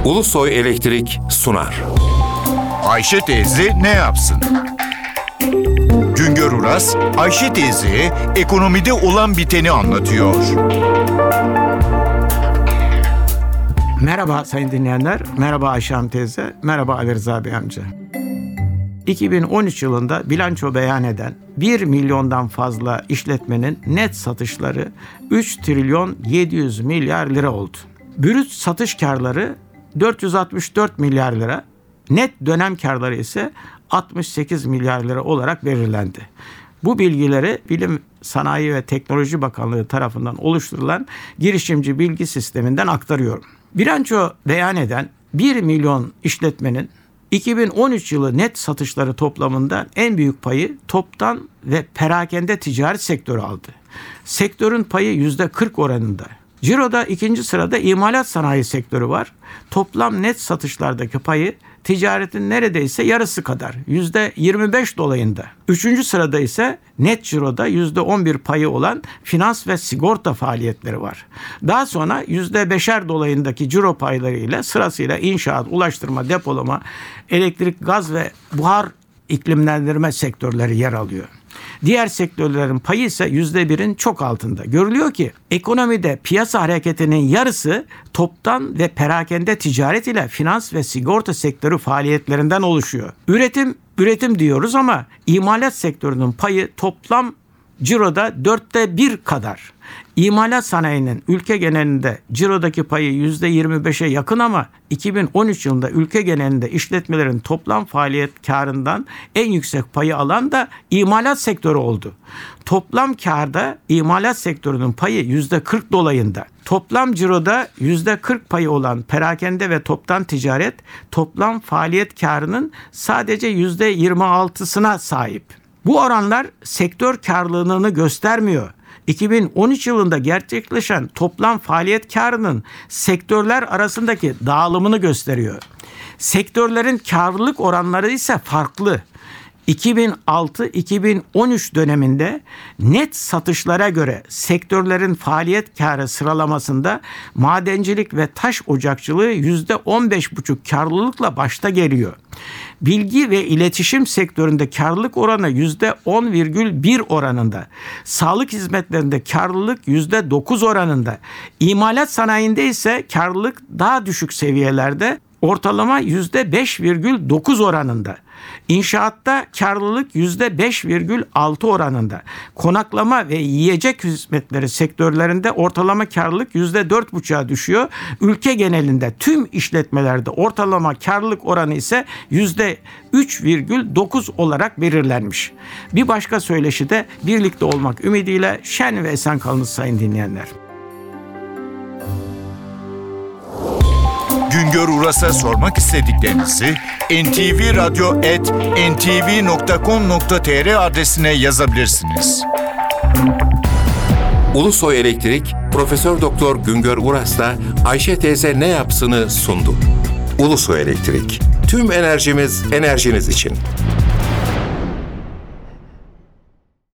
Ulusoy Elektrik sunar. Ayşe teyze ne yapsın? Güngör Uras, Ayşe teyzeye ekonomide olan biteni anlatıyor. Merhaba sayın dinleyenler, merhaba Ayşe Hanım teyze, merhaba Ali Rıza Bey amca. 2013 yılında bilanço beyan eden 1 milyondan fazla işletmenin net satışları 3 trilyon 700 milyar lira oldu. Brüt satış karları 464 milyar lira, net dönem karları ise 68 milyar lira olarak belirlendi. Bu bilgileri Bilim, Sanayi ve Teknoloji Bakanlığı tarafından oluşturulan girişimci bilgi sisteminden aktarıyorum. Bilanço beyan eden 1 milyon işletmenin 2013 yılı net satışları toplamında en büyük payı toptan ve perakende ticaret sektörü aldı. Sektörün payı %40 oranında. Ciro'da ikinci sırada imalat sanayi sektörü var. Toplam net satışlardaki payı ticaretin neredeyse yarısı kadar, %25 dolayında. Üçüncü sırada ise net ciroda %11 payı olan finans ve sigorta faaliyetleri var. Daha sonra %5'er dolayındaki ciro paylarıyla sırasıyla inşaat, ulaştırma, depolama, elektrik, gaz ve buhar iklimlendirme sektörleri yer alıyor. Diğer sektörlerin payı ise %1'in çok altında. Görülüyor ki ekonomide piyasa hareketinin yarısı toptan ve perakende ticaret ile finans ve sigorta sektörü faaliyetlerinden oluşuyor. Üretim diyoruz ama imalat sektörünün payı toplam ciroda 1/4 kadar. İmalat sanayinin ülke genelinde cirodaki payı %25'e yakın ama 2013 yılında ülke genelinde işletmelerin toplam faaliyet karından en yüksek payı alan da imalat sektörü oldu. Toplam karda imalat sektörünün payı %40 dolayında. Toplam ciroda %40 payı olan perakende ve toptan ticaret toplam faaliyet karının sadece %26'sına sahip. Bu oranlar sektör karlılığını göstermiyor. 2013 yılında gerçekleşen toplam faaliyet karının sektörler arasındaki dağılımını gösteriyor. Sektörlerin karlılık oranları ise farklı. 2006-2013 döneminde net satışlara göre sektörlerin faaliyet karı sıralamasında madencilik ve taş ocakçılığı %15,5 karlılıkla başta geliyor. Bilgi ve iletişim sektöründe karlılık oranı %10,1 oranında. Sağlık hizmetlerinde karlılık %9 oranında. İmalat sanayinde ise karlılık daha düşük seviyelerde, ortalama %5,9 oranında. İnşaatta karlılık %5,6 oranında. Konaklama ve yiyecek hizmetleri sektörlerinde ortalama karlılık %4,5'a düşüyor. Ülke genelinde tüm işletmelerde ortalama karlılık oranı ise %3,9 olarak belirlenmiş. Bir başka söyleşi de birlikte olmak ümidiyle şen ve esen kalınız sayın dinleyenler. Güngör Uras'a sormak istediklerinizi ntvradyo@ntv.com.tr adresine yazabilirsiniz. Ulusoy Elektrik Profesör Doktor Güngör Uras'la Ayşe teyze ne yapsını sundu. Ulusoy Elektrik. Tüm enerjimiz enerjiniz için.